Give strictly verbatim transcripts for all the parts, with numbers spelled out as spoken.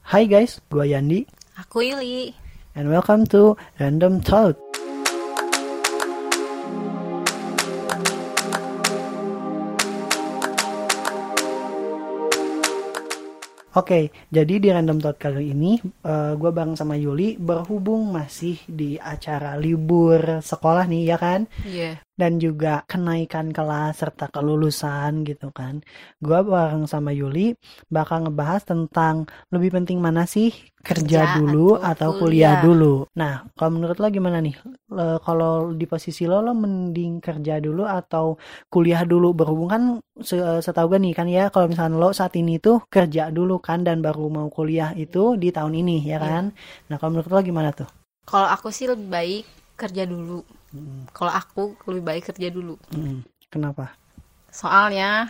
Hai guys, gue Yandi. Aku Ili. And welcome to Random Thought. Oke, jadi di Random Thought kali ini uh, gue bareng sama Yuli, berhubung masih di acara libur sekolah nih ya kan? Iya. Yeah. Dan juga kenaikan kelas serta kelulusan gitu kan. Gue bareng sama Yuli bakal ngebahas tentang lebih penting mana sih kerja, kerja dulu atau, atau kuliah. kuliah dulu. Nah, kalau menurut lo gimana nih? E, kalau di posisi lo, lo mending kerja dulu atau kuliah dulu? Berhubung kan setahu gue nih kan ya, kalau misalnya lo saat ini tuh kerja dulu kan dan baru mau kuliah itu di tahun ini ya kan? Yeah. Nah, kalau menurut lo gimana tuh? Kalau aku sih lebih baik kerja dulu. Hmm. Kalau aku lebih baik kerja dulu. Hmm. Kenapa? Soalnya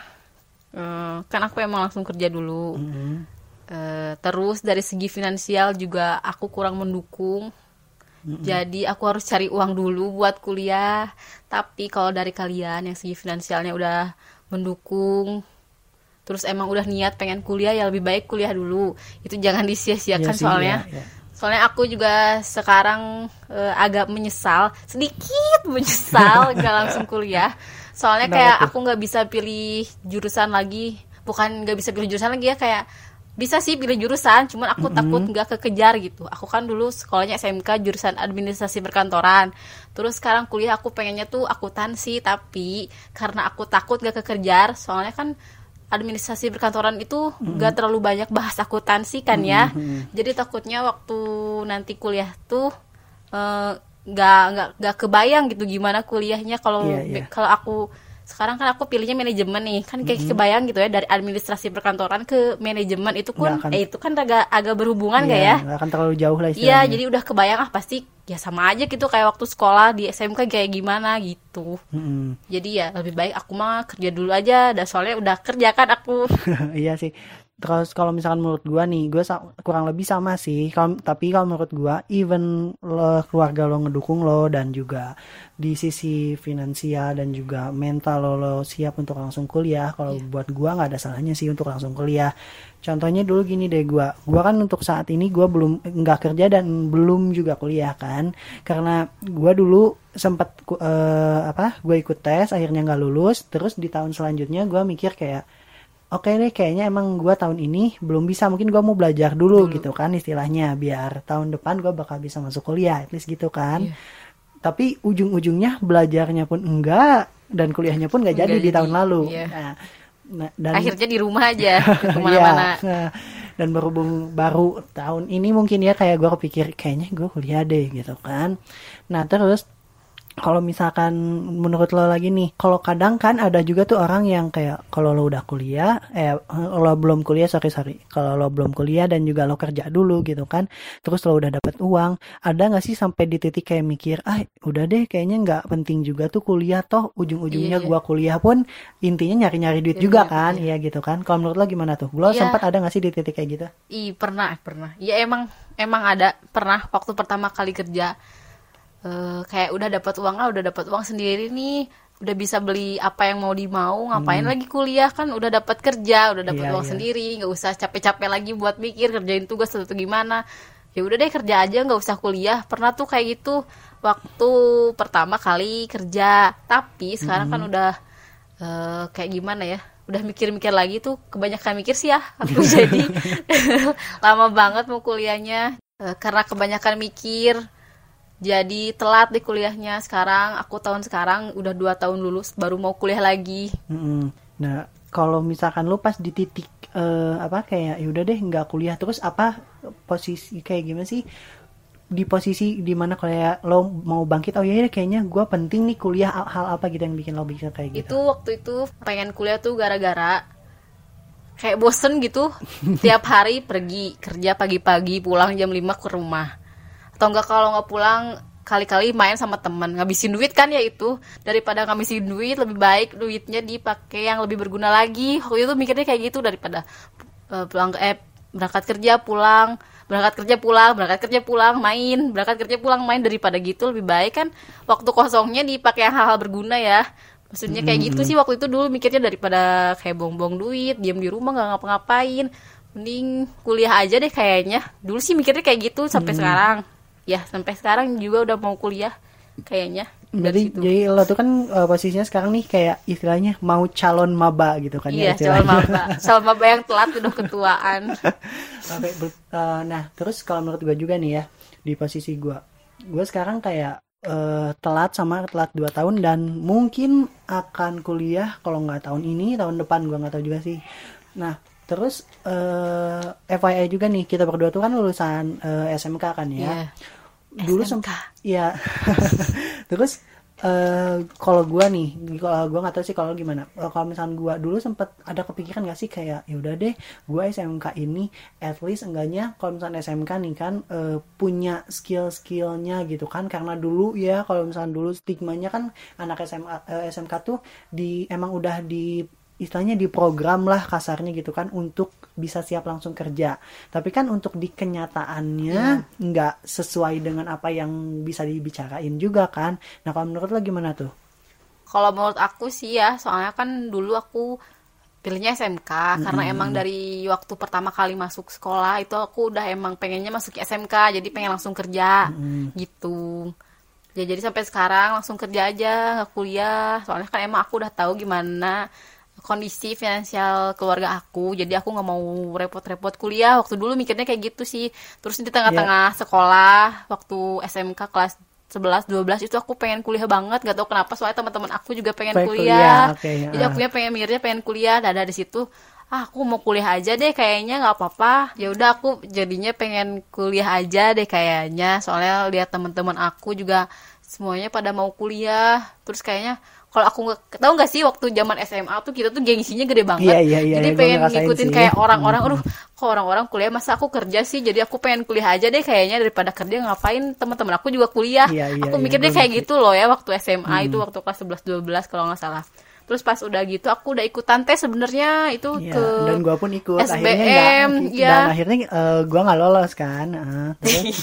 uh, kan aku emang langsung kerja dulu. Hmm. Uh, terus dari segi finansial juga aku kurang mendukung. Hmm. Jadi aku harus cari uang dulu buat kuliah. Tapi kalau dari kalian yang segi finansialnya udah mendukung, terus emang udah niat pengen kuliah, ya lebih baik kuliah dulu. Itu jangan disia-siakan ya, soalnya. Ya, ya. Soalnya aku juga sekarang uh, agak menyesal, sedikit menyesal gak langsung kuliah. Soalnya kayak nah, aku gak bisa pilih jurusan lagi. Bukan gak bisa pilih jurusan lagi ya, kayak bisa sih pilih jurusan, cuman aku mm-hmm. takut gak kekejar gitu. Aku kan dulu sekolahnya S M K jurusan administrasi perkantoran. Terus sekarang kuliah aku pengennya tuh akuntansi, tapi karena aku takut gak kekejar, soalnya kan administrasi perkantoran itu mm-hmm. gak terlalu banyak bahas akuntansi kan ya. Mm-hmm. Jadi takutnya waktu nanti kuliah tuh uh, gak, gak, gak kebayang gitu gimana kuliahnya. Kalau yeah, yeah. kalau aku sekarang kan aku pilihnya manajemen nih, kan kayak mm-hmm. kebayang gitu ya, dari administrasi perkantoran ke manajemen itu kan akan, eh itu kan agak agak berhubungan yeah, gak ya? Gak akan terlalu jauh lah istilahnya. Iya, jadi udah kebayang ah pasti ya sama aja gitu kayak waktu sekolah di S M K kayak gimana gitu. Mm-hmm. Jadi ya lebih baik aku mah kerja dulu aja, dan soalnya udah kerja kan aku. Iya sih. Terus kalau misalkan menurut gue nih, gue sa- kurang lebih sama sih. Kalo, tapi kalau menurut gue, even lo, keluarga lo ngedukung lo dan juga di sisi finansial dan juga mental lo, lo siap untuk langsung kuliah. Kalau yeah. buat gue nggak ada salahnya sih untuk langsung kuliah. Contohnya dulu gini deh gue, gue kan untuk saat ini gue belum nggak kerja dan belum juga kuliah kan, karena gue dulu sempat uh, apa, gue ikut tes akhirnya nggak lulus. Terus di tahun selanjutnya gue mikir kayak oke okay deh, kayaknya emang gue tahun ini belum bisa, mungkin gue mau belajar dulu, dulu gitu kan istilahnya, biar tahun depan gue bakal bisa masuk kuliah, at least gitu kan. Yeah. Tapi ujung-ujungnya belajarnya pun enggak dan kuliahnya pun enggak, enggak jadi, jadi di tahun lalu. Yeah. Nah, nah, dan akhirnya di rumah aja kemana-mana. Yeah, nah, dan berhubung baru tahun ini mungkin ya kayak gue kepikir kayaknya gue kuliah deh gitu kan. Nah terus kalau misalkan menurut lo lagi nih, kalau kadang kan ada juga tuh orang yang kayak kalau lo udah kuliah, eh lo belum kuliah, sorry sorry, kalau lo belum kuliah dan juga lo kerja dulu gitu kan, terus lo udah dapet uang, ada nggak sih sampai di titik kayak mikir, ah udah deh kayaknya nggak penting juga tuh kuliah, toh ujung-ujungnya iya, iya. gua kuliah pun intinya nyari-nyari duit iya, juga iya, kan, iya. ya gitu kan. Kalau menurut lo gimana tuh? Lo iya. sempat ada nggak sih di titik kayak gitu? Iya pernah pernah, ya emang emang ada pernah waktu pertama kali kerja. Uh, kayak udah dapat uang lah, udah dapat uang sendiri nih, udah bisa beli apa yang mau dimau, ngapain hmm. lagi kuliah, kan udah dapat kerja, udah dapat yeah, uang yeah. sendiri, nggak usah capek-capek lagi buat mikir kerjain tugas atau gimana. Ya udah deh kerja aja, nggak usah kuliah. Pernah tuh kayak gitu waktu pertama kali kerja, tapi sekarang hmm. kan udah uh, kayak gimana ya, udah mikir-mikir lagi tuh, kebanyakan mikir sih ya aku jadi lama banget mau kuliahnya, uh, karena kebanyakan mikir. Jadi telat di kuliahnya. Sekarang aku tahun sekarang udah dua tahun lulus, baru mau kuliah lagi. Mm-hmm. Nah kalau misalkan lu pas di titik uh, apa kayak yaudah deh nggak kuliah, terus apa posisi kayak gimana sih, di posisi dimana kayak lo mau bangkit, oh iya kayaknya gue penting nih kuliah, hal apa gitu yang bikin lo bisa kayak gitu? Itu waktu itu pengen kuliah tuh gara-gara kayak bosen gitu. Tiap hari pergi kerja pagi-pagi, pulang jam lima ke rumah. Atau enggak kalau nggak pulang kali-kali main sama teman, ngabisin duit kan ya itu. Daripada ngabisin duit, lebih baik duitnya dipakai yang lebih berguna lagi. Waktu itu mikirnya kayak gitu, daripada uh, pulang eh berangkat kerja pulang, berangkat kerja pulang, berangkat kerja pulang main, berangkat kerja pulang main, daripada gitu lebih baik kan waktu kosongnya dipakai yang hal-hal berguna ya. Maksudnya kayak mm-hmm. gitu sih waktu itu dulu mikirnya, daripada kayak buang-buang duit, diam di rumah nggak ngapa-ngapain. mending kuliah aja deh kayaknya. Dulu sih mikirnya kayak gitu sampai Hmm. sekarang. Ya sampai sekarang juga udah mau kuliah kayaknya Jadi, dari situ. jadi lo tuh kan uh, posisinya sekarang nih kayak istilahnya mau calon maba gitu kan ya Iya, calon istilahnya. maba, calon maba yang telat udah ketuaan. Oke, ber- uh, nah terus kalau menurut gue juga nih ya di posisi gue, gue sekarang kayak uh, telat sama telat dua tahun dan mungkin akan kuliah kalau nggak tahun ini tahun depan gue nggak tahu juga sih. Nah terus uh, F Y I juga nih kita berdua tuh kan lulusan uh, S M K kan ya. Iya. Dulu S M K. sempat ya. Terus eh kalau gua nih, kalau gua nggak tahu sih kalau lu gimana. Eh, kalau misalnya gua dulu sempat ada kepikiran nggak sih kayak ya udah deh, gua S M K ini at least enggaknya kalau misalnya S M K nih kan eh, punya skill-skillnya gitu kan karena dulu ya kalau misalnya dulu stigmanya kan anak S M A, eh, S M K tuh di emang udah di istilahnya diprogram lah kasarnya gitu kan untuk bisa siap langsung kerja. Tapi kan untuk di kenyataannya nggak sesuai dengan apa yang bisa dibicarain juga kan. Nah kalau menurut lo gimana tuh? Kalau menurut aku sih ya, soalnya kan dulu aku pilihnya S M K karena emang dari waktu pertama kali masuk sekolah itu aku udah emang pengennya masuk ke S M K, jadi pengen langsung kerja gitu. Ya jadi sampai sekarang langsung kerja aja, nggak kuliah. Soalnya kan emang aku udah tahu gimana kondisi finansial keluarga aku, jadi aku nggak mau repot-repot kuliah. Waktu dulu mikirnya kayak gitu sih. Terus di tengah-tengah sekolah waktu S M K kelas sebelas dua belas itu aku pengen kuliah banget, gak tau kenapa, soalnya teman-teman aku juga pengen Pengen kuliah, kuliah, oke, jadi ah. aku ya pengen mikirnya pengen kuliah. Dan dari situ ah aku mau kuliah aja deh kayaknya, nggak apa-apa. Ya udah aku jadinya pengen kuliah aja deh kayaknya, soalnya lihat teman-teman aku juga semuanya pada mau kuliah. Terus kayaknya kalau aku nggak tahu nggak sih waktu zaman S M A tuh kita tuh gengsinya gede banget. Iya, iya, iya, Jadi iya, gua pengen ngerasain ngikutin sih. kayak orang-orang, aduh kok orang-orang kuliah masa aku kerja sih. Jadi aku pengen kuliah aja deh kayaknya daripada kerja, ngapain teman-teman aku juga kuliah. Iya, iya, Aku iya, mikirnya gua kayak ngerti. gitu loh ya waktu S M A itu waktu kelas sebelas dua belas kalau nggak salah. Terus pas udah gitu aku udah ikutan tes sebenarnya itu Iya, ke dan gua pun ikut. S B M, Akhirnya nggak, ya. dan akhirnya eh, gua nggak lolos kan. Ah, terus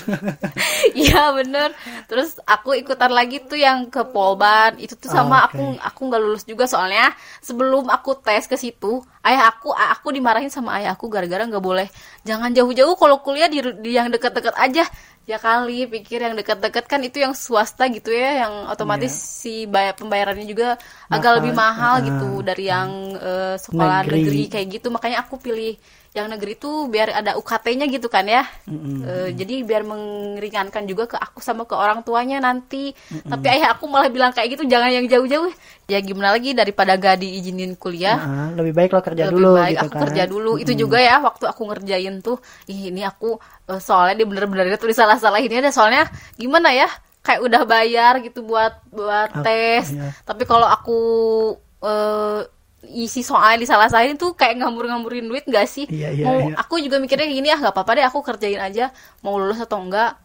Iya bener. Terus aku ikutan lagi tuh yang ke Polban. Itu tuh sama Oke. aku aku nggak lulus juga soalnya sebelum aku tes ke situ, ayah aku aku dimarahin sama ayah aku gara-gara nggak boleh, jangan jauh-jauh kalau kuliah di, di yang dekat-dekat aja. Ya kali pikir yang dekat-dekat kan itu yang swasta gitu ya, yang otomatis si bayar pembayarannya juga agak Mahal. lebih mahal Ah. gitu dari yang eh, sekolah Negeri. negeri kayak gitu. Makanya aku pilih yang negeri tuh biar ada U K T-nya gitu kan ya. Eh, jadi biar meringankan juga ke aku sama ke orang tuanya nanti. Tapi ayah aku malah bilang kayak gitu, jangan yang jauh-jauh. Ya gimana lagi, daripada gak diizinin kuliah, ah, lebih baik lo kerja lebih dulu baik gitu aku kan. kerja dulu. Itu juga ya waktu aku ngerjain tuh, ih ini aku eh, soalnya dia bener-bener tuh disalah-salahin ada, soalnya gimana ya, kayak udah bayar gitu buat buat Ah, tes. iya. Tapi kalau aku eh, isi soalnya disalah-salahin tuh kayak ngambur-ngamburin duit gak sih? Iya, iya, Mau iya. aku juga mikirnya gini, ah nggak apa-apa deh aku kerjain aja, mau lulus atau enggak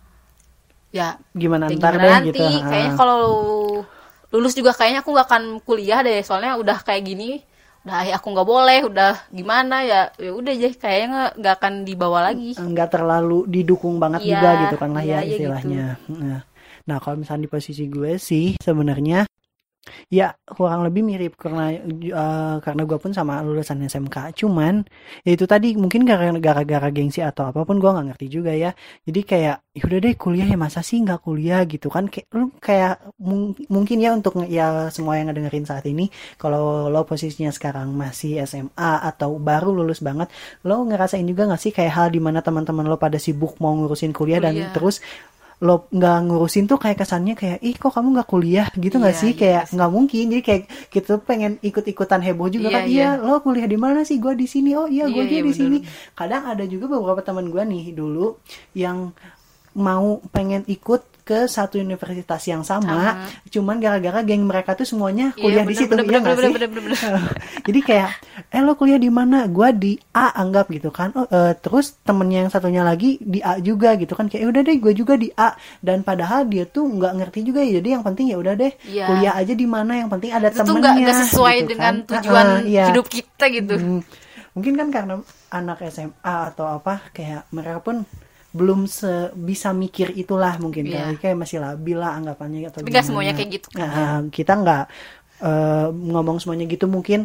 ya Gimana ya ntar gimana deh nanti. gitu. ah. Kayaknya kalau lulus juga kayaknya aku nggak akan kuliah deh, soalnya udah kayak gini, udah ayah aku nggak boleh, udah gimana ya, ya udah deh kayaknya nggak nggak akan dibawa lagi. Nggak terlalu didukung banget Iya, juga gitu kan lah iya, ya iya istilahnya. Nah, nah kalau misalnya di posisi gue sih sebenarnya ya kurang lebih mirip karena eh, karena gue pun sama lulusan S M K. Cuman ya itu tadi mungkin gara- gara-gara gengsi atau apapun gue nggak ngerti juga ya. Jadi kayak yaudah deh kuliah ya, masa sih nggak kuliah gitu kan, kayak lu kayak mung- mungkin ya untuk nge- ya semua yang ngedengerin saat ini, kalau lo posisinya sekarang masih S M A atau baru lulus banget, lo ngerasain juga nggak sih kayak hal dimana teman-teman lo pada sibuk mau ngurusin kuliah dan Kuliah. terus lo nggak ngurusin tuh kayak kesannya kayak ih kok kamu nggak kuliah gitu nggak Iya, sih, iya kayak sih. nggak mungkin. Jadi kayak kita tuh pengen ikut-ikutan heboh juga Iya, kan, iya. iya lo kuliah di mana sih, gue di sini, oh iya gue Iya, juga iya, di bener. sini. Kadang ada juga beberapa teman gue nih dulu yang mau pengen ikut ke satu universitas yang sama, Sama. cuman gara-gara geng mereka tuh semuanya Iya, kuliah di bener, situ, bener, iya bener, nggak bener, sih? bener, bener, bener. Jadi kayak, eh lo kuliah di mana? Gua di A anggap gitu kan. Oh, eh, terus temennya yang satunya lagi di A juga gitu kan. Kayak "Eh, udah deh, gue juga di A." Dan padahal dia tuh nggak ngerti juga ya. Jadi yang penting ya udah deh, Iya. kuliah aja di mana. Yang penting ada Itu tuh temennya. nggak nggak sesuai gitu dengan kan. tujuan Ah, ah, iya. hidup kita gitu. Hmm, mungkin kan karena anak S M A atau apa, kayak mereka pun belum se bisa mikir itulah mungkin Iya. kali, kayak masih labil lah anggapannya atau Tapi nggak gimana. semuanya kayak gitu. Nah, kita nggak eh, ngomong semuanya gitu, mungkin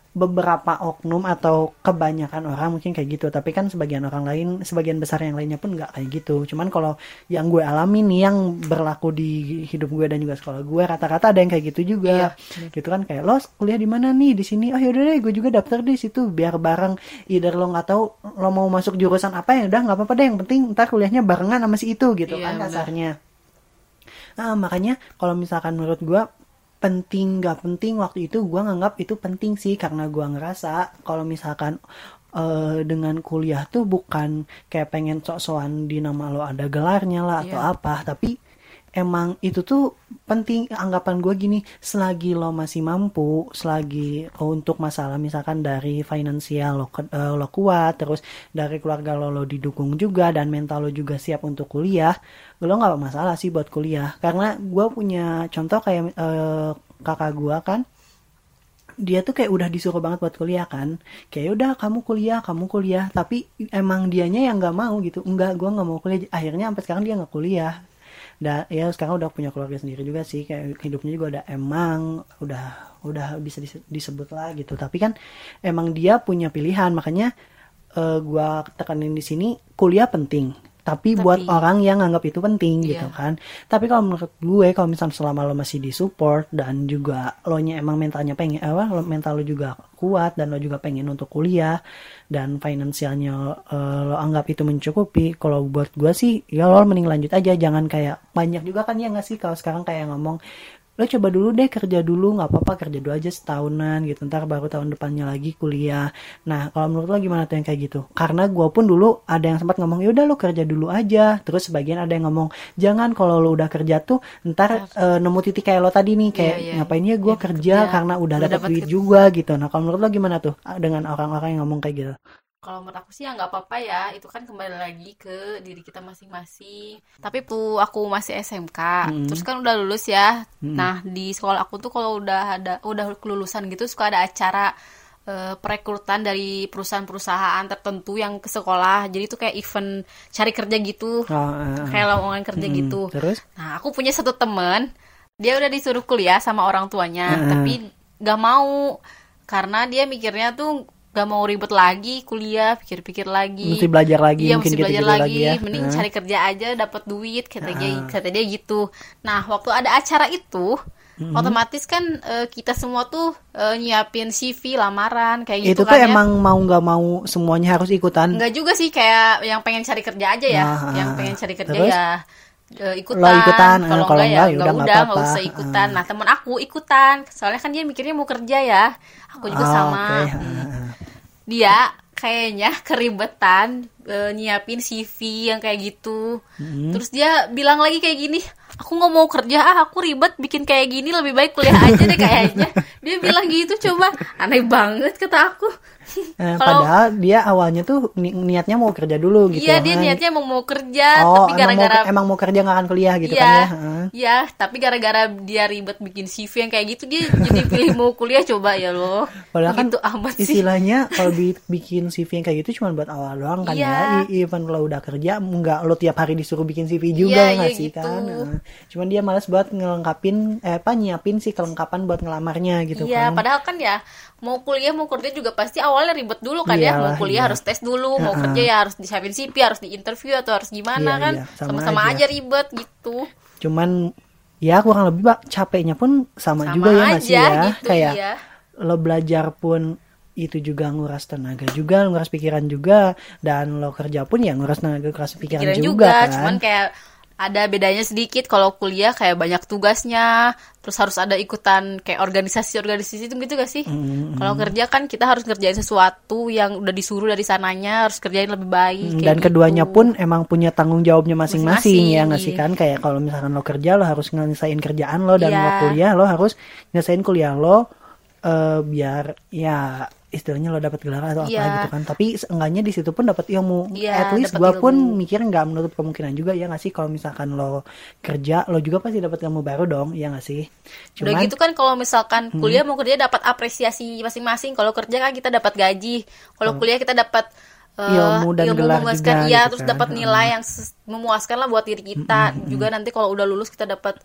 beberapa oknum atau kebanyakan orang mungkin kayak gitu, tapi kan sebagian orang lain, sebagian besar yang lainnya pun nggak kayak gitu. Cuman kalau yang gue alami nih, yang berlaku di hidup gue dan juga sekolah gue, rata-rata ada yang kayak gitu juga. Iya. Gitu kan, kayak lo kuliah di mana nih, di sini, oh yaudah deh gue juga daftar di situ biar bareng. Either lo nggak tahu lo mau masuk jurusan apa, ya udah nggak apa-apa deh, yang penting ntar kuliahnya barengan sama si itu gitu. Iya, kan kasarnya. Nah, makanya kalau misalkan menurut gue penting gak penting, waktu itu gue nganggap itu penting sih, karena gue ngerasa kalau misalkan uh, dengan kuliah tuh bukan kayak pengen sok-sokan di nama lo ada gelarnya lah atau yeah. apa, tapi emang itu tuh penting. Anggapan gue gini, selagi lo masih mampu, selagi oh, untuk masalah misalkan dari finansial lo, uh, lo kuat, terus dari keluarga lo lo didukung juga, dan mental lo juga siap untuk kuliah, lo gak masalah sih buat kuliah. Karena gue punya contoh kayak uh, kakak gue kan, dia tuh kayak udah disuruh banget buat kuliah kan, kayak udah kamu kuliah kamu kuliah tapi emang dianya yang gak mau gitu. Enggak, gue gak mau kuliah. Akhirnya sampai sekarang dia gak kuliah. Dan ya sekarang udah punya keluarga sendiri juga sih, kayak hidupnya juga udah emang udah udah bisa disebut lah gitu. Tapi kan emang dia punya pilihan. Makanya uh, gue tekanin di sini, kuliah penting, tapi, tapi buat orang yang nganggap itu penting iya. gitu kan. Tapi kalau menurut gue, kalau misalnya selama lo masih disupport dan juga lo nya emang mentalnya pengen, eh, mental lo juga kuat dan lo juga pengen untuk kuliah dan finansialnya uh, lo anggap itu mencukupi, kalau buat gue sih ya lo mending lanjut aja. Jangan kayak banyak juga kan ya nggak sih kalau sekarang kayak ngomong, lo coba dulu deh kerja dulu, nggak apa-apa kerja dulu aja setahunan gitu, ntar baru tahun depannya lagi kuliah. Nah kalau menurut lo gimana tuh yang kayak gitu? Karena gue pun dulu ada yang sempat ngomong yaudah lo kerja dulu aja, terus sebagian ada yang ngomong jangan, kalau lo udah kerja tuh ntar uh, nemu titik kayak lo tadi nih, kayak yeah, yeah. ngapain ya gue ya, kerja, kerja karena udah dapat duit ke... juga gitu. Nah kalau menurut lo gimana tuh dengan orang-orang yang ngomong kayak gitu? Kalau menurut aku sih ya nggak apa-apa ya, itu kan kembali lagi ke diri kita masing-masing. Tapi tuh aku masih S M K, hmm. terus kan udah lulus ya. Hmm. Nah di sekolah aku tuh kalau udah ada udah kelulusan gitu suka ada acara uh, perekrutan dari perusahaan-perusahaan tertentu yang ke sekolah. Jadi itu kayak event cari kerja gitu, oh, uh, kayak lowongan kerja hmm. gitu. Terus? Nah aku punya satu temen, dia udah disuruh kuliah sama orang tuanya, uh. tapi nggak mau karena dia mikirnya tuh gak mau ribet lagi kuliah, pikir-pikir lagi, mesti belajar lagi, iya, mungkin mesti belajar gitu-gitu lagi, lagi ya. mending uh. cari kerja aja dapat duit, kata dia, uh. kata dia gitu. Nah waktu ada acara itu, mm-hmm. otomatis kan uh, kita semua tuh uh, nyiapin C V, lamaran kayak gitu. Itu kan tuh ya. Emang mau nggak mau semuanya harus ikutan? Nggak juga sih, kayak yang pengen cari kerja aja ya, uh. yang pengen cari kerja Terus? ya Uh, ikutan, Lo ikutan, kalau kalau enggak ya enggak, enggak udah nggak usah ikutan. Uh. Nah temen aku ikutan, soalnya kan dia mikirnya mau kerja ya, aku juga oh, sama. Okay. Hmm. Dia kayaknya keribetan e, nyiapin C V yang kayak gitu. Mm-hmm. Terus dia bilang lagi kayak gini, aku nggak mau kerja, ah aku ribet bikin kayak gini, lebih baik kuliah aja deh kayaknya. Dia bilang gitu, coba, aneh banget kata aku. Eh, Kalo, padahal dia awalnya tuh ni- niatnya mau kerja dulu gitu. Iya, dia kan. niatnya mau mau kerja, oh, tapi gara-gara emang mau, emang mau kerja nggak akan kuliah gitu iya, kan ya. Iya, tapi gara-gara dia ribet bikin C V yang kayak gitu, dia jadi pilih mau kuliah. Coba ya loh. Padahal kan amat sih. Istilahnya kalau bikin C V yang kayak gitu cuma buat awal doang kan iya. ya. Even lo udah kerja, nggak lo tiap hari disuruh bikin C V juga iya, nggak iya sih gitu. kan. Nah, cuman dia malas buat ngelengkapin, eh apa nyiapin sih kelengkapan buat ngelamarnya gitu iya, kan. Iya, padahal kan ya mau kuliah mau kerja juga pasti awalnya ribet dulu kan. Iyalah, ya mau kuliah iya. harus tes dulu, mau uh-uh. kerja ya harus disiapin C V, harus diinterview atau harus gimana iya, kan iya. Sama sama-sama aja. aja ribet gitu. Cuman ya kurang lebih pak capeknya pun sama, sama juga ya masih ya gitu, kayak iya. Lo belajar pun itu juga nguras tenaga juga, nguras pikiran juga, dan lo kerja pun ya nguras tenaga, nguras pikiran, pikiran juga, juga kan. Cuman kayak ada bedanya sedikit, kalau kuliah kayak banyak tugasnya, terus harus ada ikutan kayak organisasi-organisasi itu gitu gak sih? Mm-hmm. Kalau kerja kan kita harus ngerjain sesuatu yang udah disuruh dari sananya, harus kerjain lebih baik. Mm, dan gitu. Keduanya pun emang punya tanggung jawabnya masing-masing, masing-masing ya nggak sih iya. kan? Kayak kalau misalkan lo kerja lo harus ngelesain kerjaan lo, dan yeah. lo kuliah lo harus nyelesain kuliah lo uh, biar ya istilahnya lo dapat gelar atau yeah. apa gitu kan, tapi seenggaknya di situ pun dapat ilmu. Yeah, at least gue pun mikir nggak menutup kemungkinan juga ya nggak sih, kalau misalkan lo kerja lo juga pasti dapat ilmu baru dong, ya nggak sih. Cuman, udah gitu kan kalau misalkan kuliah hmm. mau kerja dapat apresiasi masing-masing, kalau kerja kan kita dapat gaji, kalau oh. kuliah kita dapat uh, ilmu dan ilmu gelar memuaskan juga, ya, gitu terus kan. dapat nilai hmm. yang memuaskan lah buat diri kita. Hmm, hmm, juga hmm. nanti kalau udah lulus kita dapat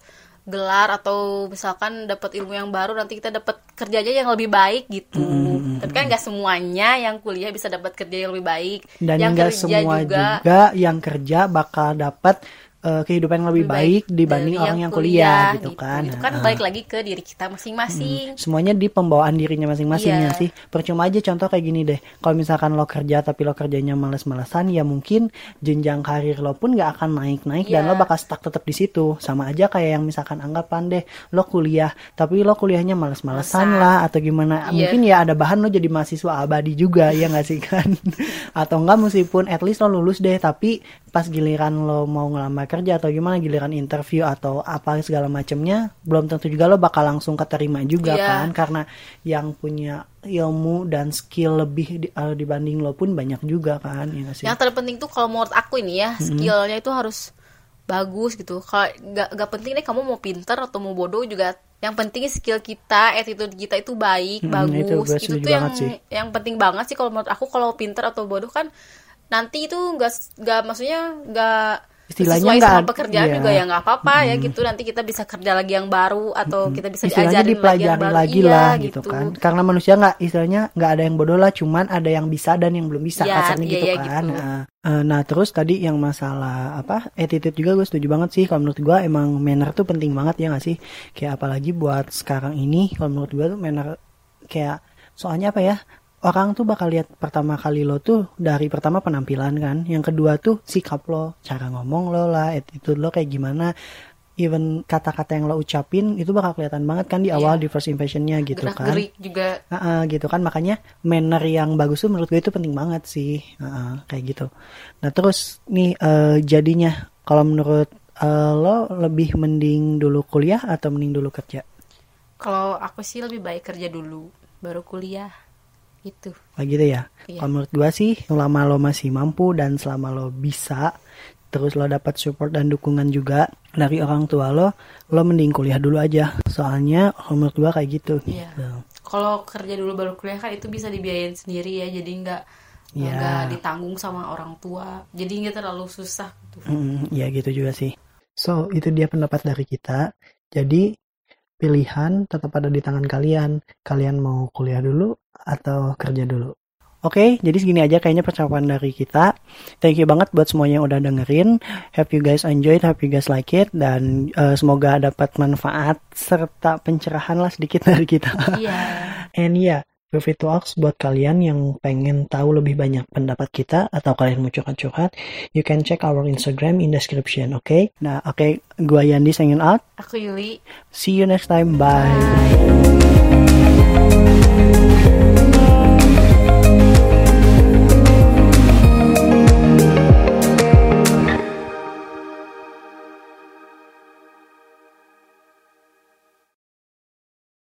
gelar atau misalkan dapat ilmu yang baru, nanti kita dapat kerjanya yang lebih baik gitu. Mm-hmm. Tapi kan nggak semuanya yang kuliah bisa dapat kerja yang lebih baik. Dan yang nggak kerja semua juga, juga yang kerja bakal dapat uh, kehidupan yang lebih, lebih baik, baik dibanding orang yang kuliah, kuliah gitu, gitu kan. Itu kan uh, balik lagi ke diri kita masing-masing. Hmm, semuanya di pembawaan dirinya masing-masing yeah. ya sih. Percuma aja contoh kayak gini deh. Kalau misalkan lo kerja tapi lo kerjanya males-malesan, ya mungkin jenjang karir lo pun gak akan naik-naik yeah. dan lo bakal stuck tetap di situ. Sama aja kayak yang misalkan anggapan deh lo kuliah tapi lo kuliahnya males-malesan Masa. lah atau gimana. Yeah. Mungkin ya ada bahan lo jadi mahasiswa abadi juga ya gak sih kan. Atau enggak meskipun at least lo lulus deh tapi pas giliran lo mau ngelamar kerja atau gimana, giliran interview atau apa segala macamnya, belum tentu juga lo bakal langsung keterima juga yeah. kan, karena yang punya ilmu dan skill lebih di, uh, dibanding lo pun banyak juga kan ya gak sih? Yang terpenting tuh kalau menurut aku ini ya, mm-hmm. skillnya itu harus bagus gitu. Kalau gak, gak penting deh kamu mau pinter atau mau bodoh juga, yang penting skill kita, attitude kita itu baik, hmm, bagus. Itu, itu tuh yang sih. yang penting banget sih kalau menurut aku. Kalau pinter atau bodoh kan nanti itu nggak nggak maksudnya nggak sesuai sama pekerjaan iya. juga ya nggak apa-apa hmm. ya gitu. Nanti kita bisa kerja lagi yang baru atau hmm. kita bisa diajarin lagi yang baru lagi iya, lah gitu, gitu kan. Karena manusia nggak istilahnya nggak ada yang bodoh lah, cuman ada yang bisa dan yang belum bisa ya, kasarnya iya, gitu iya, kan. Gitu. Nah, nah terus tadi yang masalah apa attitude juga gue setuju banget sih. Kalau menurut gue emang manner tuh penting banget ya nggak sih. Kayak apalagi buat sekarang ini kalau menurut gue tuh manner kayak soalnya apa ya. Orang tuh bakal lihat pertama kali lo tuh dari pertama penampilan kan, yang kedua tuh sikap lo, cara ngomong lo lah, attitude lo kayak gimana, even kata-kata yang lo ucapin itu bakal kelihatan banget kan di awal yeah. di first impressionnya gitu kan. Gerak-gerik juga. Uh-uh, gitu kan, makanya manner yang bagus tuh menurut gue itu penting banget sih, uh-uh, kayak gitu. Nah terus nih uh, jadinya kalau menurut uh, lo lebih mending dulu kuliah atau mending dulu kerja? Kalau aku sih lebih baik kerja dulu, baru kuliah. Gitu. Nah gitu ya. Iya. Kalau menurut gue sih selama lo masih mampu dan selama lo bisa, terus lo dapat support dan dukungan juga dari orang tua lo, lo mending kuliah dulu aja. Soalnya kalau menurut gue kayak gitu. Iya. Gitu. Kalau kerja dulu baru kuliah kan itu bisa dibiayain sendiri ya, jadi nggak yeah. nggak ditanggung sama orang tua. Jadi nggak terlalu susah. Gitu. Mm, ya gitu juga sih. So itu dia pendapat dari kita. Jadi pilihan tetap ada di tangan kalian. Kalian mau kuliah dulu atau kerja dulu. Oke, okay, jadi segini aja kayaknya percakapan dari kita. Thank you banget buat semuanya yang udah dengerin. Hope you guys enjoyed, hope you guys like it. Dan uh, semoga dapat manfaat serta pencerahan lah sedikit dari kita. Iya. Yeah. And yeah, feel free to ask buat kalian yang pengen tahu lebih banyak pendapat kita atau kalian mau curhat-curhat, you can check our Instagram in description, oke? Okay? Nah, oke, okay, gua Yandi signing out. Aku Yuli. See you next time, bye. Bye.